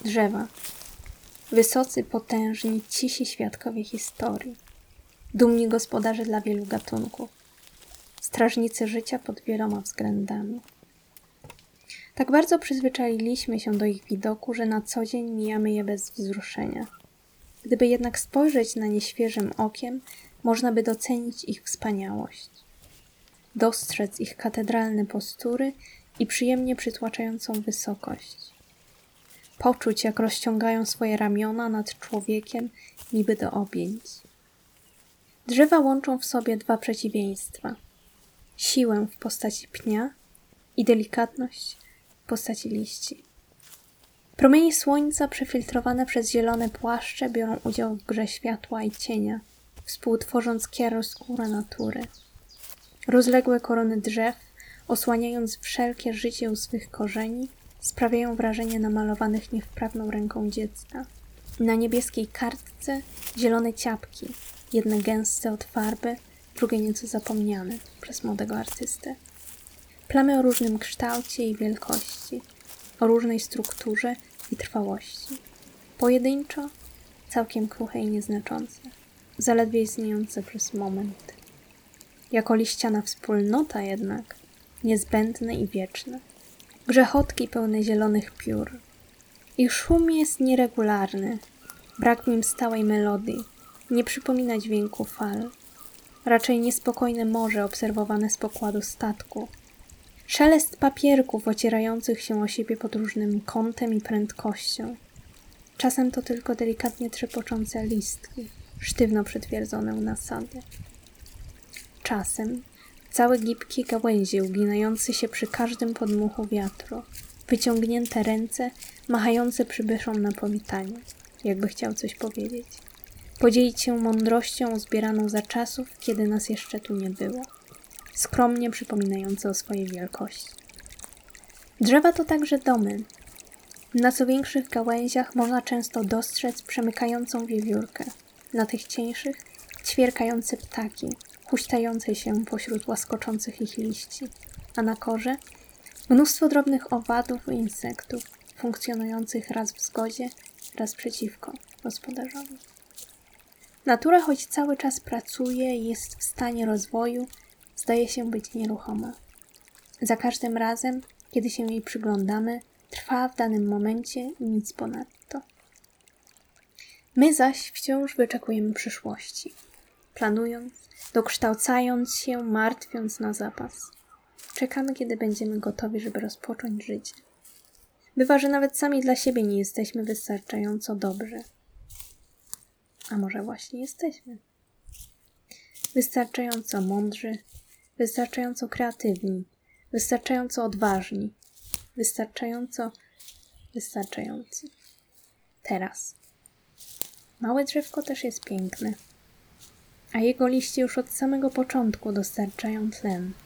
Drzewa. Wysocy, potężni, cisi świadkowie historii. Dumni gospodarze dla wielu gatunków. Strażnicy życia pod wieloma względami. Tak bardzo przyzwyczailiśmy się do ich widoku, że na co dzień mijamy je bez wzruszenia. Gdyby jednak spojrzeć na nie świeżym okiem, można by docenić ich wspaniałość. Dostrzec ich katedralne postury i przyjemnie przytłaczającą wysokość. Poczuć, jak rozciągają swoje ramiona nad człowiekiem, niby do objęć. Drzewa łączą w sobie dwa przeciwieństwa. Siłę w postaci pnia i delikatność w postaci liści. Promienie słońca przefiltrowane przez zielone płaszcze biorą udział w grze światła i cienia, współtworząc chiaroscuro natury. Rozległe korony drzew, osłaniając wszelkie życie u swych korzeni, sprawiają wrażenie namalowanych niewprawną ręką dziecka. Na niebieskiej kartce zielone ciapki, jedne gęste od farby, drugie nieco zapomniane przez młodego artystę. Plamy o różnym kształcie i wielkości, o różnej strukturze i trwałości. Pojedynczo, całkiem kruche i nieznaczące, zaledwie istniejące przez moment. Jako liściana wspólnota jednak, niezbędne i wieczne. Grzechotki pełne zielonych piór. Ich szum jest nieregularny, brak w nim stałej melodii, nie przypomina dźwięku fal. Raczej niespokojne morze obserwowane z pokładu statku. Szelest papierków ocierających się o siebie pod różnym kątem i prędkością. Czasem to tylko delikatnie trzepoczące listki, sztywno przytwierdzone u nasady. Czasem całe gibkie gałęzie uginające się przy każdym podmuchu wiatru, wyciągnięte ręce machające przybyszom na powitanie, jakby chciał coś powiedzieć. Podzielić się mądrością zbieraną za czasów, kiedy nas jeszcze tu nie było. Skromnie przypominające o swojej wielkości. Drzewa to także domy. Na co większych gałęziach można często dostrzec przemykającą wiewiórkę. Na tych cieńszych ćwierkające ptaki, huśtające się pośród łaskoczących ich liści. A na korze mnóstwo drobnych owadów i insektów, funkcjonujących raz w zgodzie, raz przeciwko gospodarzowi. Natura, choć cały czas pracuje i jest w stanie rozwoju, zdaje się być nieruchoma. Za każdym razem, kiedy się jej przyglądamy, trwa w danym momencie i nic ponadto. My zaś wciąż wyczekujemy przyszłości, planując, dokształcając się, martwiąc na zapas. Czekamy, kiedy będziemy gotowi, żeby rozpocząć życie. Bywa, że nawet sami dla siebie nie jesteśmy wystarczająco dobrzy. A może właśnie jesteśmy? Wystarczająco mądrzy, wystarczająco kreatywni, wystarczająco odważni, wystarczający. Teraz. Małe drzewko też jest piękne, a jego liście już od samego początku dostarczają tlen.